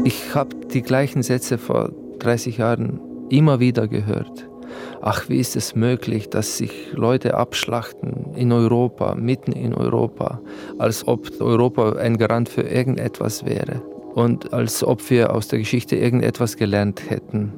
Ich habe die gleichen Sätze vor 30 Jahren immer wieder gehört. Ach, wie ist es möglich, dass sich Leute abschlachten in Europa, mitten in Europa, als ob Europa ein Garant für irgendetwas wäre und als ob wir aus der Geschichte irgendetwas gelernt hätten.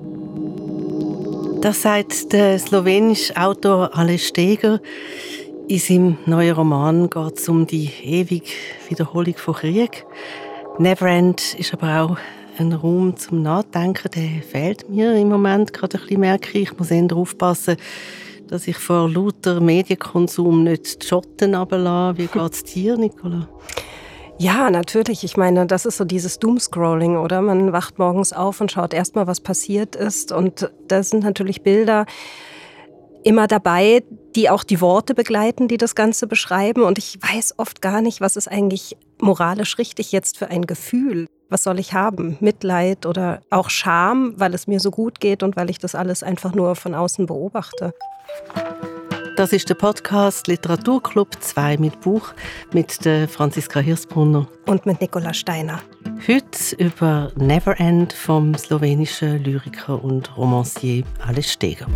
Das sagt der slowenische Autor Aleš Steger. In seinem neuen Roman geht es um die ewige Wiederholung von Krieg. Neverend ist aber auch ein Raum zum Nachdenken, der fehlt mir im Moment gerade ein bisschen, merke ich. Ich muss eher aufpassen, dass ich vor lauter Medienkonsum nicht die Schotten runterlasse. Wie geht es dir, Nicola? Ja, natürlich. Ich meine, das ist so dieses Doomscrolling, oder? Man wacht morgens auf und schaut erst mal, was passiert ist. Und da sind natürlich Bilder immer dabei, die auch die Worte begleiten, die das Ganze beschreiben. Und ich weiß oft gar nicht, was ist eigentlich moralisch richtig jetzt für ein Gefühl. Was soll ich haben? Mitleid oder auch Scham, weil es mir so gut geht und weil ich das alles einfach nur von außen beobachte. Das ist der Podcast Literaturclub 2 mit Buch mit der Franziska Hirsbrunner. Und mit Nicola Steiner. Heute über Neverend vom slowenischen Lyriker und Romancier Aleš Steger.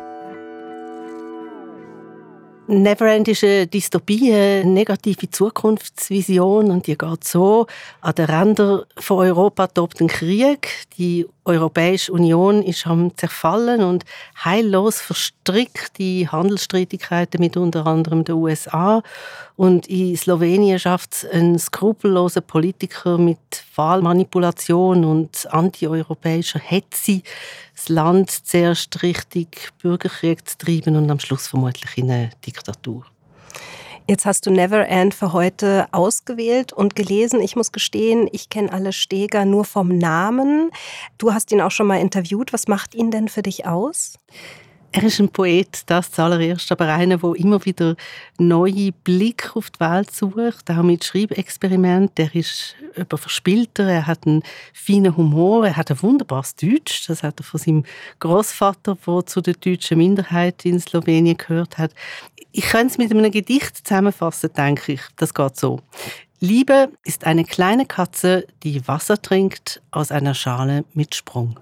Neverend ist eine Dystopie, eine negative Zukunftsvision und die geht so: An den Rändern von Europa tobt ein Krieg. Die Europäische Union ist am Zerfallen und heillos verstrickt in Handelsstreitigkeiten mit unter anderem den USA. Und in Slowenien schafft es ein skrupelloser Politiker mit Wahlmanipulation und antieuropäischer Hetze, das Land zuerst richtig Bürgerkrieg zu treiben und am Schluss vermutlich in eine Diktatur. Jetzt hast du Neverend für heute ausgewählt und gelesen. Ich muss gestehen, ich kenne Aleš Steger nur vom Namen. Du hast ihn auch schon mal interviewt. Was macht ihn denn für dich aus? Er ist ein Poet, das zuallererst, aber einer, der immer wieder neue Blicke auf die Welt sucht, auch mit Schreibexperimenten. Er ist verspielter, er hat einen feinen Humor, er hat ein wunderbares Deutsch. Das hat er von seinem Großvater, der zu der deutschen Minderheit in Slowenien gehört hat. Ich kann es mit einem Gedicht zusammenfassen, denke ich. Das geht so. Liebe ist eine kleine Katze, die Wasser trinkt aus einer Schale mit Sprung.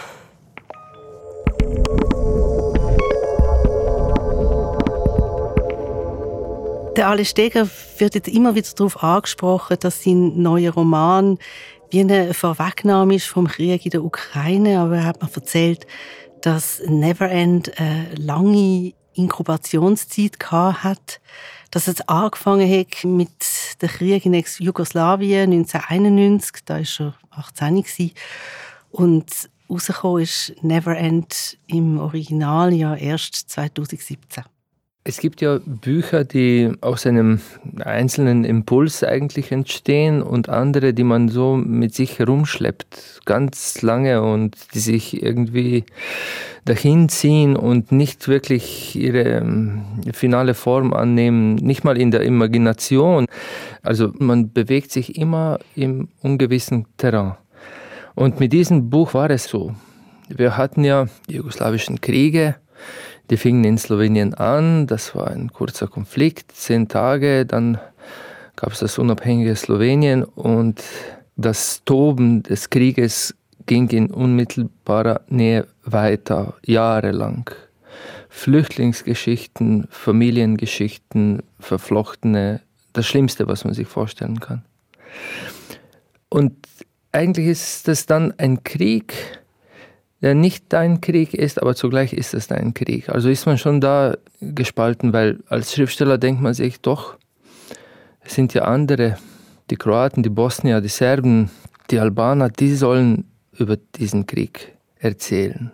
Der Aleš Steger wird jetzt immer wieder darauf angesprochen, dass sein neuer Roman wie eine Vorwegnahme ist vom Krieg in der Ukraine. Aber er hat mir erzählt, dass Neverend eine lange Inkubationszeit hat, dass es angefangen hat mit dem Krieg in Jugoslawien 1991, da war er 18 gewesen. Und rausgekommen ist Neverend im Original ja erst 2017. Es gibt ja Bücher, die aus einem einzelnen Impuls eigentlich entstehen und andere, die man so mit sich herumschleppt, ganz lange und die sich irgendwie dahin ziehen und nicht wirklich ihre finale Form annehmen, nicht mal in der Imagination. Also man bewegt sich immer im ungewissen Terrain. Und mit diesem Buch war es so. Wir hatten ja die jugoslawischen Kriege, die fingen in Slowenien an, das war ein kurzer Konflikt, 10 Tage, dann gab es das unabhängige Slowenien und das Toben des Krieges ging in unmittelbarer Nähe weiter, jahrelang. Flüchtlingsgeschichten, Familiengeschichten, verflochtene, das Schlimmste, was man sich vorstellen kann. Und eigentlich ist es dann ein Krieg, der nicht dein Krieg ist, aber zugleich ist es dein Krieg. Also ist man schon da gespalten, weil als Schriftsteller denkt man sich doch, es sind ja andere, die Kroaten, die Bosnier, die Serben, die Albaner, die sollen über diesen Krieg erzählen.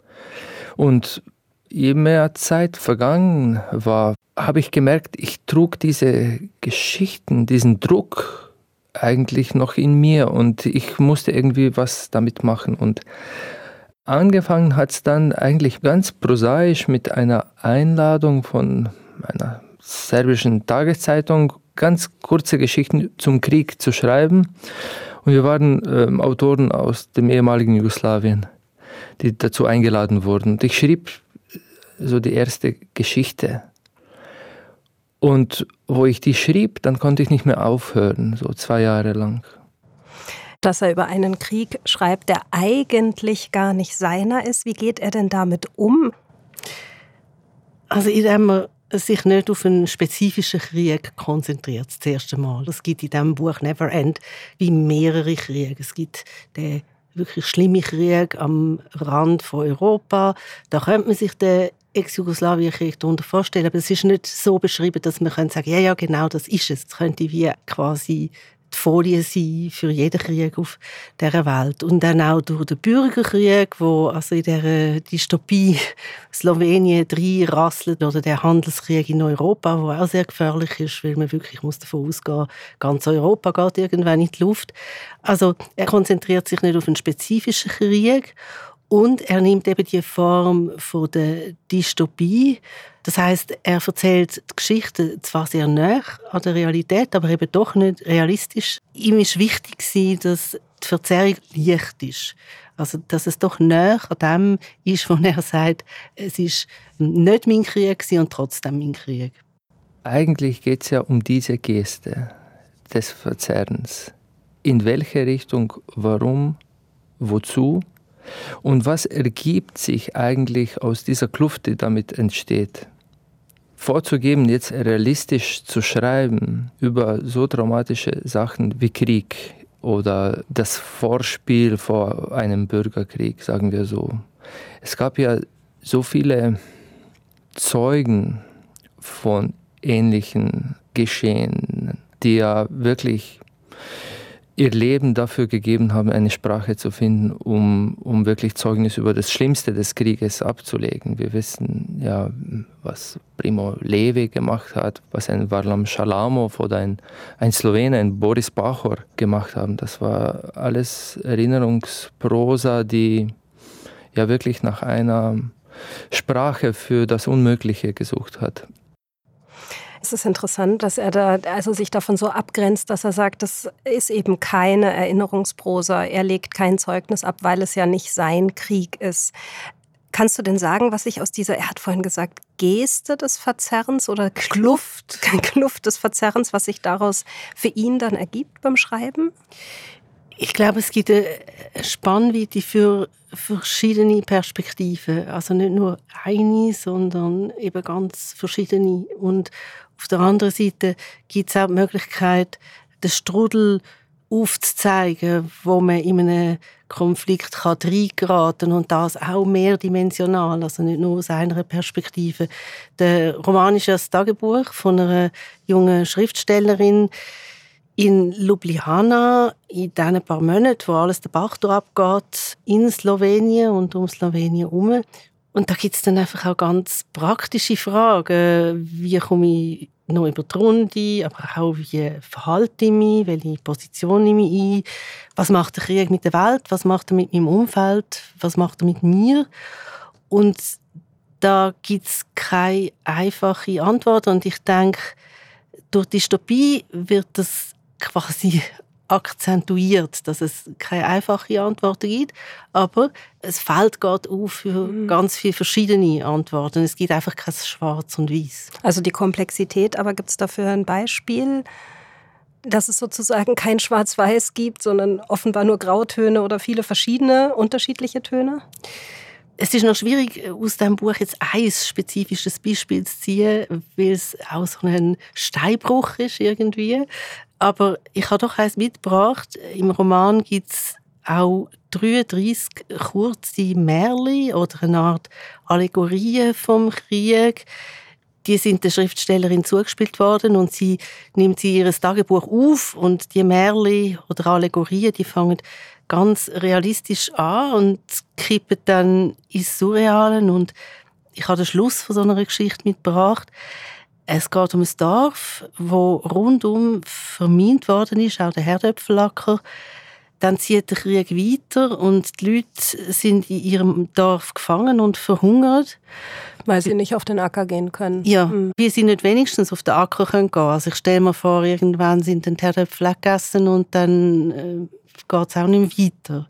Und je mehr Zeit vergangen war, habe ich gemerkt, ich trug diese Geschichten, diesen Druck eigentlich noch in mir und ich musste irgendwie was damit machen. Und angefangen hat es dann eigentlich ganz prosaisch mit einer Einladung von einer serbischen Tageszeitung, ganz kurze Geschichten zum Krieg zu schreiben. Und wir waren Autoren aus dem ehemaligen Jugoslawien, die dazu eingeladen wurden. Und ich schrieb so die erste Geschichte. Und wo ich die schrieb, dann konnte ich nicht mehr aufhören, so 2 Jahre lang. dass er über einen Krieg schreibt, der eigentlich gar nicht seiner ist. Wie geht er denn damit um? Also indem man sich nicht auf einen spezifischen Krieg konzentriert, das erste Mal. Es gibt in diesem Buch Never End wie mehrere Kriege. Es gibt den wirklich schlimmen Krieg am Rand von Europa. Da könnte man sich den Ex-Jugoslawien-Krieg darunter vorstellen, aber es ist nicht so beschrieben, dass man sagen kann, ja, genau, das ist es. Das könnte wie quasi die Folie sein für jeden Krieg auf dieser Welt. Und dann auch durch den Bürgerkrieg, wo also in dieser Dystopie Slowenien reinrasselt, oder der Handelskrieg in Europa, wo auch sehr gefährlich ist, weil man wirklich muss davon ausgehen, ganz Europa geht irgendwann in die Luft. Also er konzentriert sich nicht auf einen spezifischen Krieg und er nimmt eben die Form von der Dystopie. Das heisst, er erzählt die Geschichte zwar sehr nah an der Realität, aber eben doch nicht realistisch. Ihm ist wichtig, dass die Verzerrung leicht ist. Also, dass es doch nah an dem ist, wo er sagt, es ist nicht mein Krieg und trotzdem mein Krieg. Eigentlich geht es ja um diese Geste des Verzerrens. In welche Richtung, warum, wozu? Und was ergibt sich eigentlich aus dieser Kluft, die damit entsteht? Vorzugeben, jetzt realistisch zu schreiben über so dramatische Sachen wie Krieg oder das Vorspiel vor einem Bürgerkrieg, sagen wir so. Es gab ja so viele Zeugen von ähnlichen Geschehen, die ja wirklich ihr Leben dafür gegeben haben, eine Sprache zu finden, um wirklich Zeugnis über das Schlimmste des Krieges abzulegen. Wir wissen ja, was Primo Levi gemacht hat, was ein Varlam Šalamov oder ein Slowene, ein Boris Pahor gemacht haben. Das war alles Erinnerungsprosa, die ja wirklich nach einer Sprache für das Unmögliche gesucht hat. Es ist interessant, dass er da also sich davon so abgrenzt, dass er sagt, das ist eben keine Erinnerungsprosa. Er legt kein Zeugnis ab, weil es ja nicht sein Krieg ist. Kannst du denn sagen, was sich aus dieser, er hat vorhin gesagt, Geste des Verzerrens oder Kluft des Verzerrens, was sich daraus für ihn dann ergibt beim Schreiben? Ich glaube, es gibt eine Spannweite für verschiedene Perspektiven. Also nicht nur eine, sondern eben ganz verschiedene. Und auf der anderen Seite gibt es auch die Möglichkeit, den Strudel aufzuzeigen, wo man in einen Konflikt reingeraten kann und das auch mehrdimensional, also nicht nur aus einer Perspektive. Der Roman ist ja das Tagebuch von einer jungen Schriftstellerin in Ljubljana, in diesen paar Monaten, wo alles den Bach abgeht, in Slowenien und um Slowenien herum. Und da gibt es dann einfach auch ganz praktische Fragen. Wie komme ich noch über die Runde, aber auch wie verhalte ich mich, welche Position nehme ich ein, was macht der Krieg mit der Welt, was macht er mit meinem Umfeld, was macht er mit mir. Und da gibt es keine einfache Antwort. Und ich denke, durch die Dystopie wird das quasi akzentuiert, dass es keine einfache Antwort gibt, aber das Feld geht auf für ganz viele verschiedene Antworten. Es gibt einfach kein Schwarz und Weiß. Also die Komplexität, aber gibt es dafür ein Beispiel, dass es sozusagen kein Schwarz-Weiß gibt, sondern offenbar nur Grautöne oder viele verschiedene, unterschiedliche Töne? Es ist noch schwierig, aus diesem Buch jetzt ein spezifisches Beispiel zu ziehen, weil es auch so ein Steinbruch ist irgendwie. Aber ich habe doch eins mitgebracht. Im Roman gibt es auch 33 kurze Märchen oder eine Art Allegorien vom Krieg. Die sind der Schriftstellerin zugespielt worden und sie nimmt sie ihr Tagebuch auf und die Märchen oder Allegorien, die fangen ganz realistisch an und kippen dann ins Surreale. Und ich habe den Schluss von so einer Geschichte mitgebracht. Es geht um ein Dorf, wo rundum vermint worden ist, auch der Herdöpfelacker. Dann zieht der Krieg weiter und die Leute sind in ihrem Dorf gefangen und verhungert. Weil sie nicht auf den Acker gehen können. Ja, wie sie nicht wenigstens auf den Acker gehen können. Also ich stelle mir vor, irgendwann sind dann die Herdöpfel gegessen und dann geht es auch nicht mehr weiter.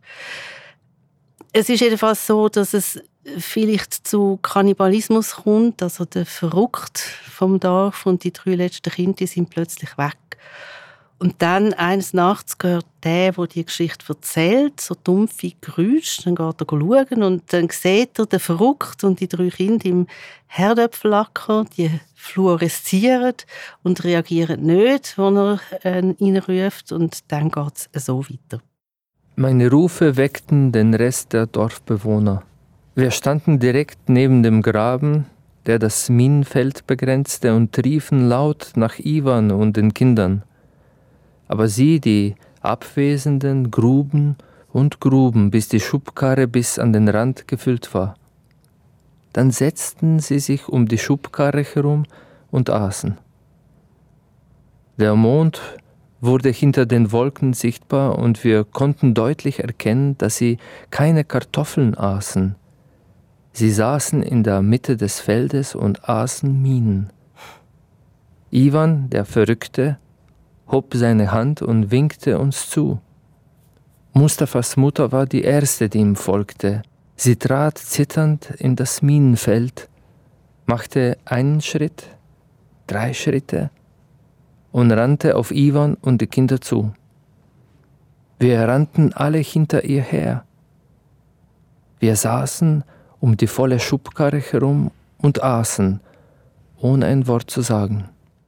Es ist jedenfalls so, dass es vielleicht zu Kannibalismus kommt. Also der Verrückte vom Dorf und die 3 letzten Kinder, die sind plötzlich weg. Und dann eines Nachts gehört der die Geschichte erzählt, so dumpfe Geräusche. Dann geht er schauen und dann sieht er den Verrückten und die 3 Kinder im Herdöpfelacker, die fluoreszieren und reagieren nicht, wenn er ihn ruft. Und dann geht es so weiter. Meine Rufe weckten den Rest der Dorfbewohner. Wir standen direkt neben dem Graben, der das Minenfeld begrenzte, und riefen laut nach Iwan und den Kindern. Aber sie, die Abwesenden, gruben und gruben, bis die Schubkarre bis an den Rand gefüllt war. Dann setzten sie sich um die Schubkarre herum und aßen. Der Mond wurde hinter den Wolken sichtbar und wir konnten deutlich erkennen, dass sie keine Kartoffeln aßen. Sie saßen in der Mitte des Feldes und aßen Minen. Iwan, der Verrückte, hob seine Hand und winkte uns zu. Mustafas Mutter war die Erste, die ihm folgte. Sie trat zitternd in das Minenfeld, machte einen Schritt, 3 Schritte und rannte auf Iwan und die Kinder zu. Wir rannten alle hinter ihr her. Wir saßen um die volle Schubkarre herum und aßen, ohne ein Wort zu sagen.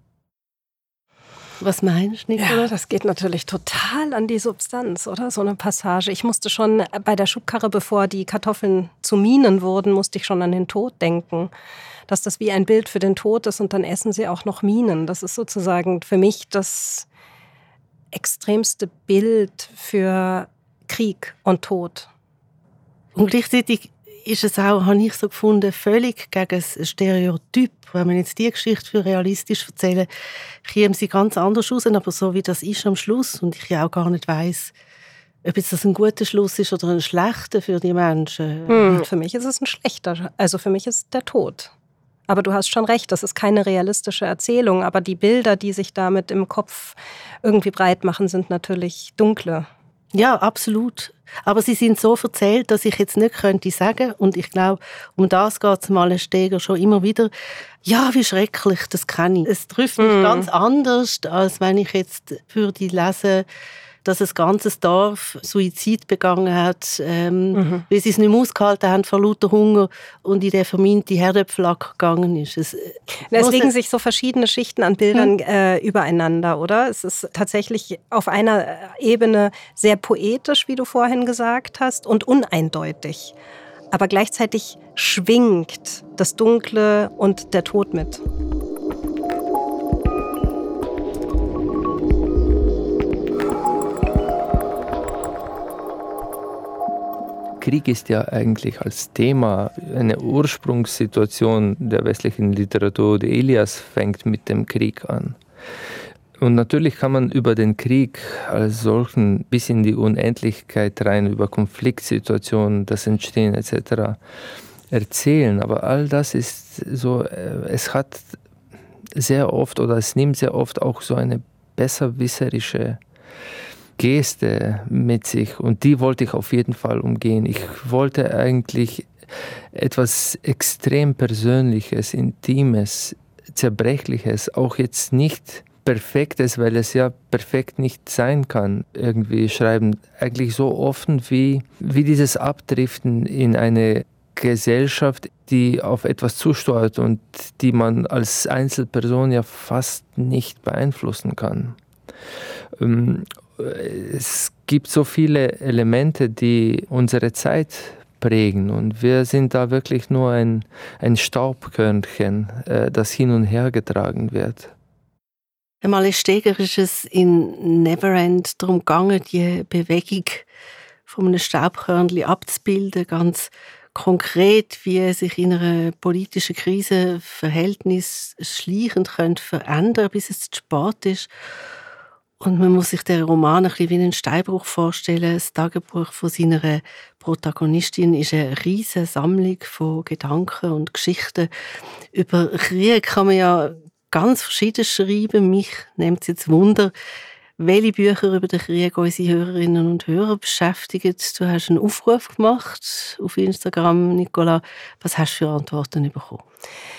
Was meinst du, Nicola? Ja, das geht natürlich total an die Substanz, oder? So eine Passage. Ich musste schon bei der Schubkarre, bevor die Kartoffeln zu Minen wurden, musste ich schon an den Tod denken. Dass das wie ein Bild für den Tod ist und dann essen sie auch noch Minen. Das ist sozusagen für mich das extremste Bild für Krieg und Tod. Und gleichzeitig ist es auch, habe ich so gefunden, völlig gegen ein Stereotyp. Wenn man jetzt die Geschichte für realistisch erzählen, kämen sie ganz anders raus, aber so wie das ist am Schluss und ich ja auch gar nicht weiss, ob jetzt das ein guter Schluss ist oder ein schlechter für die Menschen. Für mich ist es ein schlechter, also für mich ist es der Tod. Aber du hast schon recht, das ist keine realistische Erzählung, aber die Bilder, die sich damit im Kopf irgendwie breit machen, sind natürlich dunkle. Ja, absolut. Aber sie sind so erzählt, dass ich jetzt nicht könnte sagen, und ich glaube, um das geht es Malen Steger schon immer wieder, ja, wie schrecklich, das kenne ich. Es trifft mich ganz anders, als wenn ich jetzt würde lesen, dass ein ganzes Dorf Suizid begangen hat, weil sie es nicht mehr ausgehalten haben vor lauter Hunger und in der verminte Herdöpfelacker gegangen ist. Es legen sich so verschiedene Schichten an Bildern übereinander, oder? Es ist tatsächlich auf einer Ebene sehr poetisch, wie du vorhin gesagt hast, und uneindeutig. Aber gleichzeitig schwingt das Dunkle und der Tod mit. Krieg ist ja eigentlich als Thema eine Ursprungssituation der westlichen Literatur. Die Ilias fängt mit dem Krieg an. Und natürlich kann man über den Krieg als solchen bis in die Unendlichkeit rein, über Konfliktsituationen, das Entstehen etc. erzählen. Aber all das ist so, es hat sehr oft oder es nimmt sehr oft auch so eine besserwisserische Geste mit sich und die wollte ich auf jeden Fall umgehen. Ich wollte eigentlich etwas extrem Persönliches, Intimes, Zerbrechliches, auch jetzt nicht Perfektes, weil es ja perfekt nicht sein kann, irgendwie schreiben. Eigentlich so offen wie dieses Abdriften in eine Gesellschaft, die auf etwas zusteuert und die man als Einzelperson ja fast nicht beeinflussen kann. Es gibt so viele Elemente, die unsere Zeit prägen und wir sind da wirklich nur ein Staubkörnchen, das hin und her getragen wird. Einmal Steger ist es in Neverend darum gegangen, die Bewegung von einem Staubkörnchen abzubilden, ganz konkret, wie sich in einer politischen Krise Verhältnisse schleichend verändern können, bis es zu spät ist. Und man muss sich den Roman ein bisschen wie einen Steinbruch vorstellen. Das Tagebuch von seiner Protagonistin ist eine riesige Sammlung von Gedanken und Geschichten. Über Krieg kann man ja ganz verschieden schreiben. Mich nimmt es jetzt Wunder, welche Bücher über den Krieg unsere Hörerinnen und Hörer beschäftigen. Du hast einen Aufruf gemacht auf Instagram, Nicola. Was hast du für Antworten bekommen?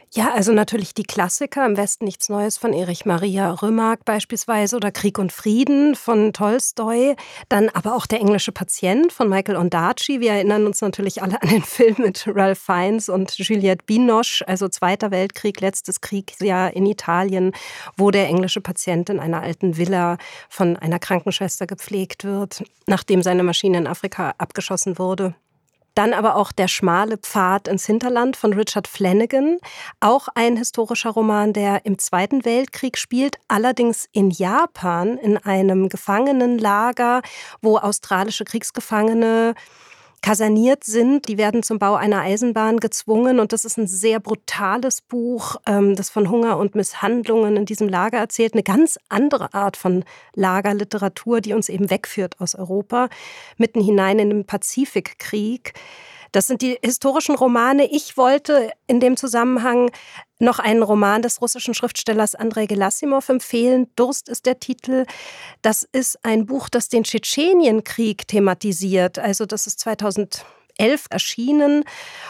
Ja, also natürlich die Klassiker, Im Westen nichts Neues von Erich Maria Remarque beispielsweise oder Krieg und Frieden von Tolstoi. Dann aber auch Der englische Patient von Michael Ondaatje. Wir erinnern uns natürlich alle an den Film mit Ralph Fiennes und Juliette Binoche, also Zweiter Weltkrieg, letztes Kriegsjahr in Italien, wo der englische Patient in einer alten Villa von einer Krankenschwester gepflegt wird, nachdem seine Maschine in Afrika abgeschossen wurde. Dann aber auch Der schmale Pfad ins Hinterland von Richard Flanagan. Auch ein historischer Roman, der im Zweiten Weltkrieg spielt, allerdings in Japan, in einem Gefangenenlager, wo australische Kriegsgefangene kaserniert sind. Die werden zum Bau einer Eisenbahn gezwungen und das ist ein sehr brutales Buch, das von Hunger und Misshandlungen in diesem Lager erzählt. Eine ganz andere Art von Lagerliteratur, die uns eben wegführt aus Europa, mitten hinein in den Pazifikkrieg. Das sind die historischen Romane. Ich wollte in dem Zusammenhang noch einen Roman des russischen Schriftstellers Andrei Gerasimov empfehlen. Durst ist der Titel. Das ist ein Buch, das den Tschetschenienkrieg thematisiert. Also das ist 2011 erschienen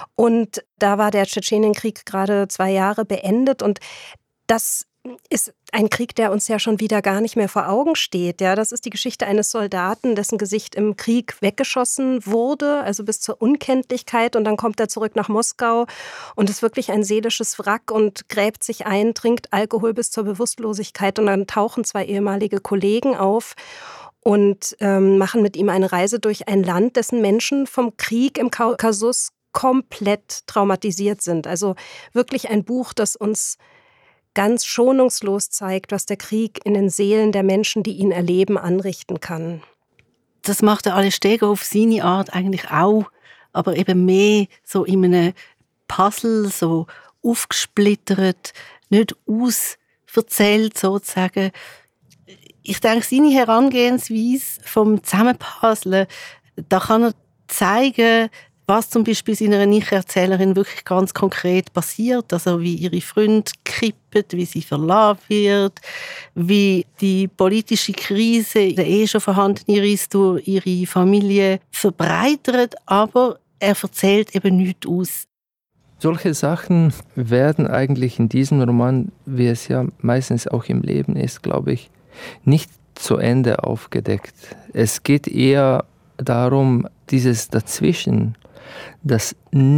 und da war der Tschetschenienkrieg gerade 2 Jahre beendet und das ist ein Krieg, der uns ja schon wieder gar nicht mehr vor Augen steht. Ja, das ist die Geschichte eines Soldaten, dessen Gesicht im Krieg weggeschossen wurde, also bis zur Unkenntlichkeit. Und dann kommt er zurück nach Moskau und ist wirklich ein seelisches Wrack und gräbt sich ein, trinkt Alkohol bis zur Bewusstlosigkeit. Und dann tauchen 2 ehemalige Kollegen auf und machen mit ihm eine Reise durch ein Land, dessen Menschen vom Krieg im Kaukasus komplett traumatisiert sind. Also wirklich ein Buch, das uns ganz schonungslos zeigt, was der Krieg in den Seelen der Menschen, die ihn erleben, anrichten kann. Das macht der Ales Steger auf seine Art eigentlich auch, aber eben mehr so in einem Puzzle, so aufgesplittert, nicht ausverzählt sozusagen. Ich denke, seine Herangehensweise vom Zusammenpuzzeln, da kann er zeigen, was zum Beispiel seiner Nicht-Erzählerin wirklich ganz konkret passiert, also wie ihre Freunde kippen, wie sie verlassen wird, wie die politische Krise, der schon vorhandene Riss durch ihre Familie verbreitert, aber er erzählt eben nichts aus. Solche Sachen werden eigentlich in diesem Roman, wie es ja meistens auch im Leben ist, glaube ich, nicht zu Ende aufgedeckt. Es geht eher darum, dieses Dazwischen, das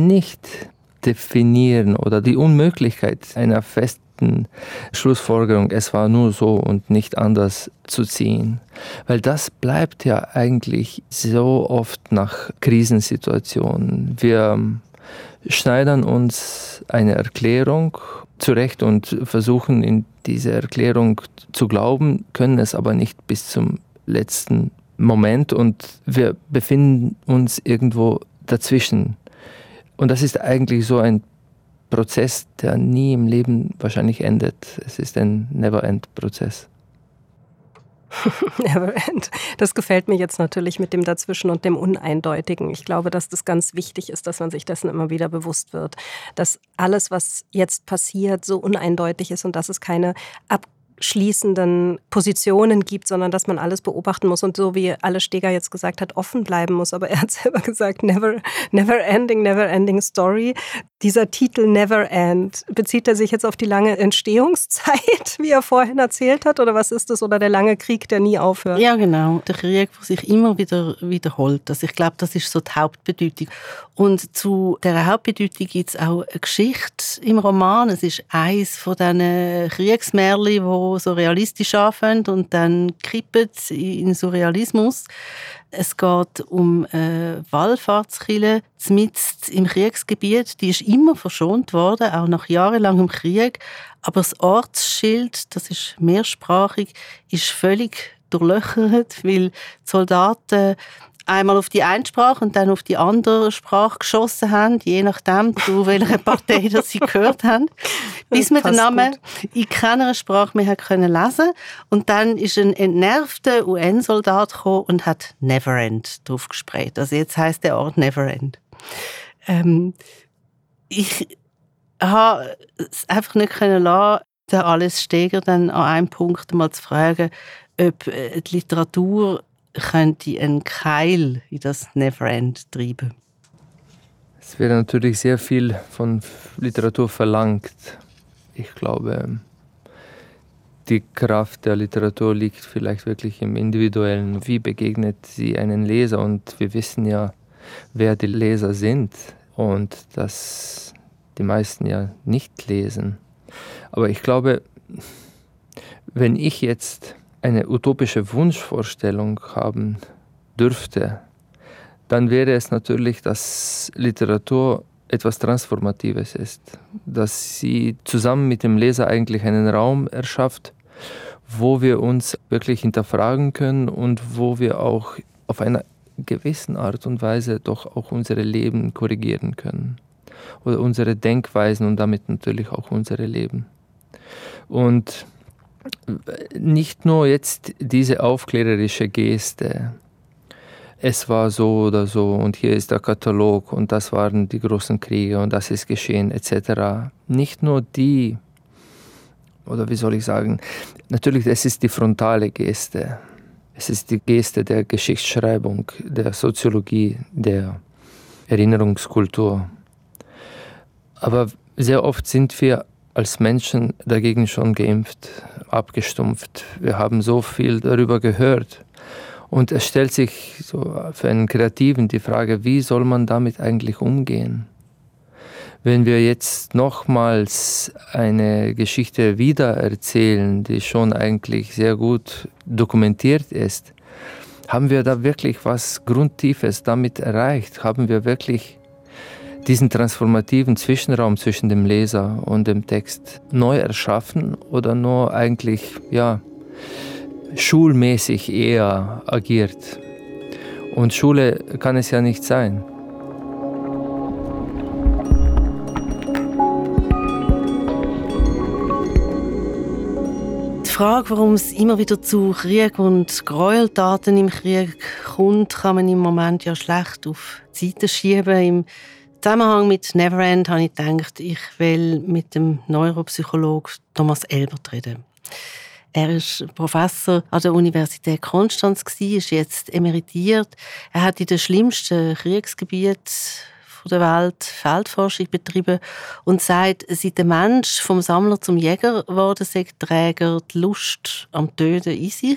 Nicht-Definieren oder die Unmöglichkeit einer festen Schlussfolgerung, es war nur so und nicht anders, zu ziehen. Weil das bleibt ja eigentlich so oft nach Krisensituationen. Wir schneidern uns eine Erklärung zurecht und versuchen in diese Erklärung zu glauben, können es aber nicht bis zum letzten Moment und wir befinden uns irgendwo dazwischen. Und das ist eigentlich so ein Prozess, der nie im Leben wahrscheinlich endet. Es ist ein Never-End-Prozess. Never-End. Das gefällt mir jetzt natürlich mit dem Dazwischen und dem Uneindeutigen. Ich glaube, dass das ganz wichtig ist, dass man sich dessen immer wieder bewusst wird. Dass alles, was jetzt passiert, so uneindeutig ist und dass es keine abschließenden Positionen gibt, sondern dass man alles beobachten muss und so wie Ales Steger jetzt gesagt hat, offen bleiben muss. Aber er hat selber gesagt, never ending story. Dieser Titel Never End, bezieht er sich jetzt auf die lange Entstehungszeit, wie er vorhin erzählt hat, oder was ist das? Oder der lange Krieg, der nie aufhört? Ja, genau. Der Krieg, der sich immer wieder wiederholt. Also ich glaube, das ist so die Hauptbedeutung. Und zu dieser Hauptbedeutung gibt es auch eine Geschichte im Roman. Es ist eins von diesen Kriegsmärchen, die so realistisch anfangen und dann kippen in Surrealismus. Es geht um eine Wallfahrtskirche mitten im Kriegsgebiet. Die ist immer verschont worden, auch nach jahrelangem Krieg. Aber das Ortsschild, das ist mehrsprachig, ist völlig durchlöchert, weil die Soldaten einmal auf die eine Sprache und dann auf die andere Sprache geschossen haben, je nachdem, zu welcher Partei das sie gehört haben, bis man den Namen in keiner Sprache mehr lesen konnte. Und dann ist ein entnervter UN-Soldat gekommen und hat Neverend drauf gesprayt. Also jetzt heisst der Ort Neverend. Ich habe es einfach nicht lassen, den Ales Steger dann an einem Punkt mal zu fragen, ob die Literatur könnte einen Keil in das Neverend treiben. Es wird natürlich sehr viel von Literatur verlangt. Ich glaube, die Kraft der Literatur liegt vielleicht wirklich im Individuellen. Wie begegnet sie einen Leser? Und wir wissen ja, wer die Leser sind und dass die meisten ja nicht lesen. Aber ich glaube, wenn ich jetzt eine utopische Wunschvorstellung haben dürfte, dann wäre es natürlich, dass Literatur etwas Transformatives ist, dass sie zusammen mit dem Leser eigentlich einen Raum erschafft, wo wir uns wirklich hinterfragen können und wo wir auch auf eine gewisse Art und Weise doch auch unsere Leben korrigieren können oder unsere Denkweisen und damit natürlich auch unsere Leben. Und nicht nur jetzt diese aufklärerische Geste, es war so oder so und hier ist der Katalog und das waren die großen Kriege und das ist geschehen etc. Nicht nur die, oder wie soll ich sagen, natürlich es ist die frontale Geste, es ist die Geste der Geschichtsschreibung, der Soziologie, der Erinnerungskultur. Aber sehr oft sind wir als Menschen dagegen schon geimpft, abgestumpft. Wir haben so viel darüber gehört. Und es stellt sich so für einen Kreativen die Frage, wie soll man damit eigentlich umgehen? Wenn wir jetzt nochmals eine Geschichte wiedererzählen, die schon eigentlich sehr gut dokumentiert ist, haben wir da wirklich was Grundtiefes damit erreicht? Haben wir wirklich diesen transformativen Zwischenraum zwischen dem Leser und dem Text neu erschaffen oder nur eigentlich, ja, schulmäßig eher agiert? Und Schule kann es ja nicht sein. Die Frage, warum es immer wieder zu Krieg und Gräueltaten im Krieg kommt, kann man im Moment ja schlecht auf die Seite schieben. Im Zusammenhang mit Neverend habe ich gedacht, ich will mit dem Neuropsychologen Thomas Elbert reden. Er ist Professor an der Universität Konstanz, ist jetzt emeritiert. Er hat in den schlimmsten Kriegsgebieten der Welt Feldforschung betrieben und sagt, seit der Mensch vom Sammler zum Jäger geworden sei, träge die Lust am Töten in sich.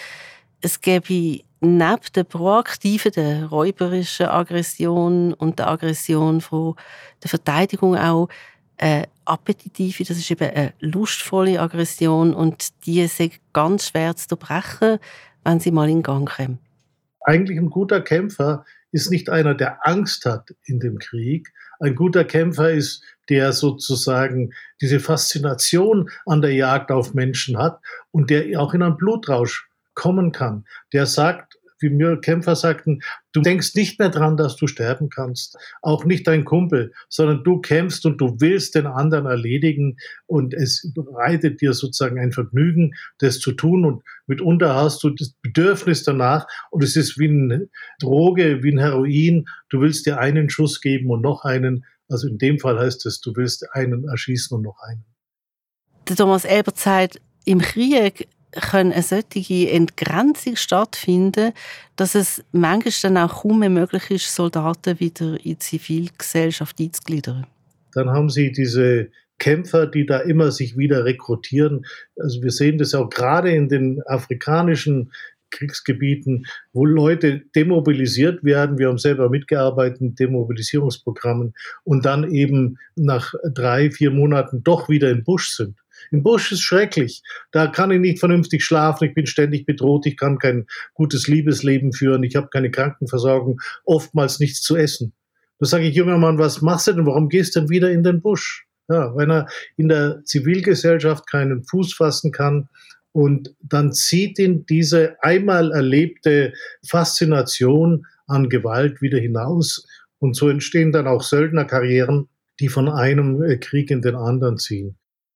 Es gäbe neben der proaktiven, der räuberischen Aggression und der Aggression von der Verteidigung auch appetitive, das ist eben eine lustvolle Aggression und die ist ganz schwer zu durchbrechen, wenn sie mal in Gang kommen. Eigentlich ein guter Kämpfer ist nicht einer, der Angst hat in dem Krieg. Ein guter Kämpfer ist, der sozusagen diese Faszination an der Jagd auf Menschen hat und der auch in einen Blutrausch kommen kann. Der sagt, wie mir Kämpfer sagten, du denkst nicht mehr dran, dass du sterben kannst. Auch nicht dein Kumpel, sondern du kämpfst und du willst den anderen erledigen und es bereitet dir sozusagen ein Vergnügen, das zu tun und mitunter hast du das Bedürfnis danach und es ist wie eine Droge, wie ein Heroin. Du willst dir einen Schuss geben und noch einen. Also in dem Fall heißt es, du willst einen erschießen und noch einen. Der Thomas Elbert sagt, im Krieg kann eine solche Entgrenzung stattfinden, dass es manchmal dann auch kaum mehr möglich ist, Soldaten wieder in die Zivilgesellschaft einzugliedern. Dann haben sie diese Kämpfer, die da immer sich wieder rekrutieren. Also wir sehen das auch gerade in den afrikanischen Kriegsgebieten, wo Leute demobilisiert werden. Wir haben selber mitgearbeitet in Demobilisierungsprogrammen und dann eben nach 3-4 Monaten doch wieder im Busch sind. Im Busch ist schrecklich. Da kann ich nicht vernünftig schlafen. Ich bin ständig bedroht. Ich kann kein gutes Liebesleben führen. Ich habe keine Krankenversorgung. Oftmals nichts zu essen. Da sage ich, junger Mann, was machst du denn? Warum gehst du denn wieder in den Busch? Ja, wenn er in der Zivilgesellschaft keinen Fuß fassen kann und dann zieht ihn diese einmal erlebte Faszination an Gewalt wieder hinaus. Und so entstehen dann auch Söldnerkarrieren, die von einem Krieg in den anderen ziehen.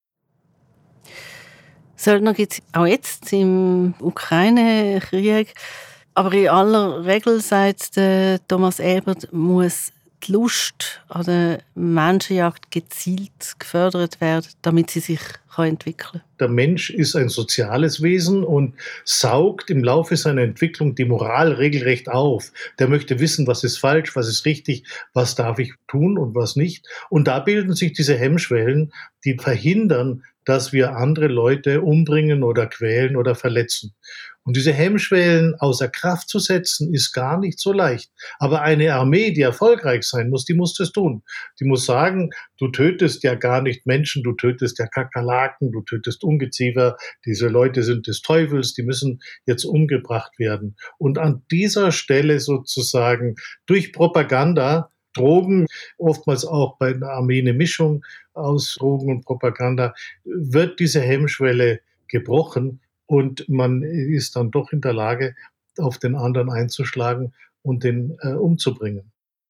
Söldner gibt es auch jetzt im Ukraine-Krieg. Aber in aller Regel, sagt Thomas Elbert, muss die Lust an der Menschenjagd gezielt gefördert werden, damit sie sich entwickeln kann. Der Mensch ist ein soziales Wesen und saugt im Laufe seiner Entwicklung die Moral regelrecht auf. Der möchte wissen, was ist falsch, was ist richtig, was darf ich tun und was nicht. Und da bilden sich diese Hemmschwellen, die verhindern, dass wir andere Leute umbringen oder quälen oder verletzen. Und diese Hemmschwellen außer Kraft zu setzen, ist gar nicht so leicht. Aber eine Armee, die erfolgreich sein muss, die muss das tun. Die muss sagen, du tötest ja gar nicht Menschen, du tötest ja Kakerlaken, du tötest Ungeziefer, diese Leute sind des Teufels, die müssen jetzt umgebracht werden. Und an dieser Stelle sozusagen durch Propaganda, Drogen, oftmals auch bei einer Armee eine Mischung aus Drogen und Propaganda, wird diese Hemmschwelle gebrochen. Und man ist dann doch in der Lage, auf den anderen einzuschlagen und den umzubringen.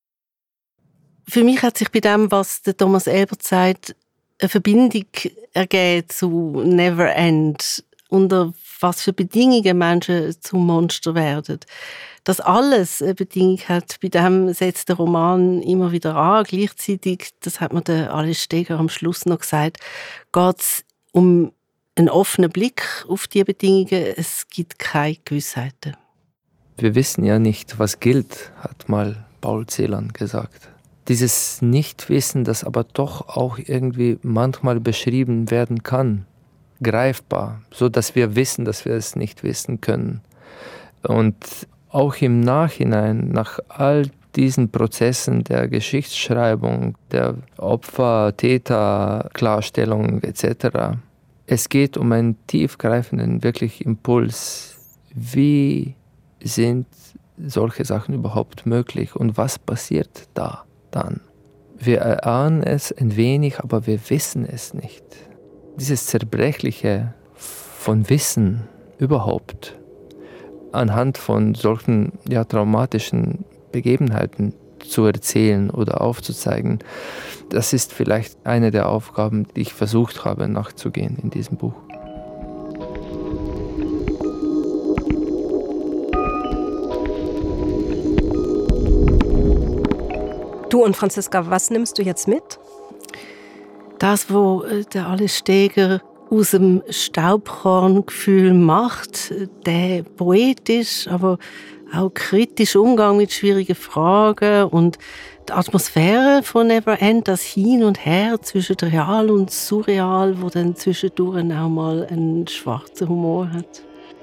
Für mich hat sich bei dem, was der Thomas Elbert sagt, eine Verbindung ergeben zu Never End. Unter was für Bedingungen Menschen zum Monster werden. Dass alles eine Bedingung hat, bei dem setzt der Roman immer wieder an. Gleichzeitig, das hat mir der Alice Steger am Schluss noch gesagt, geht es um einen offenen Blick auf die Bedingungen. Es gibt keine Gewissheiten. Wir wissen ja nicht, was gilt, hat mal Paul Celan gesagt. Dieses Nichtwissen, das aber doch auch irgendwie manchmal beschrieben werden kann, greifbar, so dass wir wissen, dass wir es nicht wissen können. Und auch im Nachhinein, nach all diesen Prozessen der Geschichtsschreibung, der Opfer-Täter-Klarstellung etc., es geht um einen tiefgreifenden, wirklich Impuls. Wie sind solche Sachen überhaupt möglich und was passiert da dann? Wir erahnen es ein wenig, aber wir wissen es nicht. Dieses Zerbrechliche von Wissen überhaupt anhand von solchen traumatischen Begebenheiten zu erzählen oder aufzuzeigen, das ist vielleicht eine der Aufgaben, die ich versucht habe nachzugehen in diesem Buch. Du und Franziska, was nimmst du jetzt mit? Das, was der Alice Steger aus dem Staubkorngefühl macht, der poetisch, aber auch kritische Umgang mit schwierigen Fragen und die Atmosphäre von Never End, das Hin und Her zwischen Real und Surreal, wo dann zwischendurch auch mal einen schwarzen Humor hat.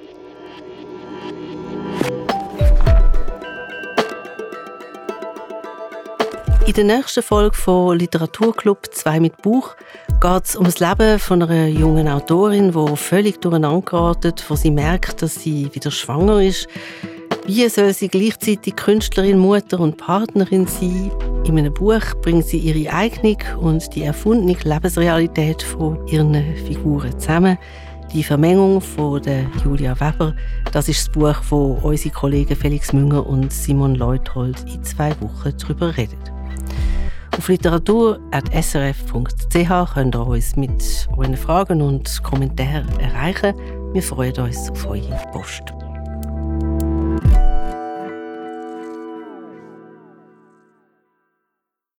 In der nächsten Folge von Literaturclub 2 mit Buch geht es um das Leben von einer jungen Autorin, die völlig durcheinander gerät, wo sie merkt, dass sie wieder schwanger ist. Wie soll sie gleichzeitig Künstlerin, Mutter und Partnerin sein? In einem Buch bringt sie ihre eigene und die erfundene Lebensrealität von ihren Figuren zusammen. Die Vermengung von der Julia Weber, das ist das Buch, wo unsere Kollegen Felix Münger und Simon Leuthold in 2 Wochen darüber reden. Auf literatur@srf.ch könnt ihr uns mit euren Fragen und Kommentaren erreichen. Wir freuen uns auf eure Post.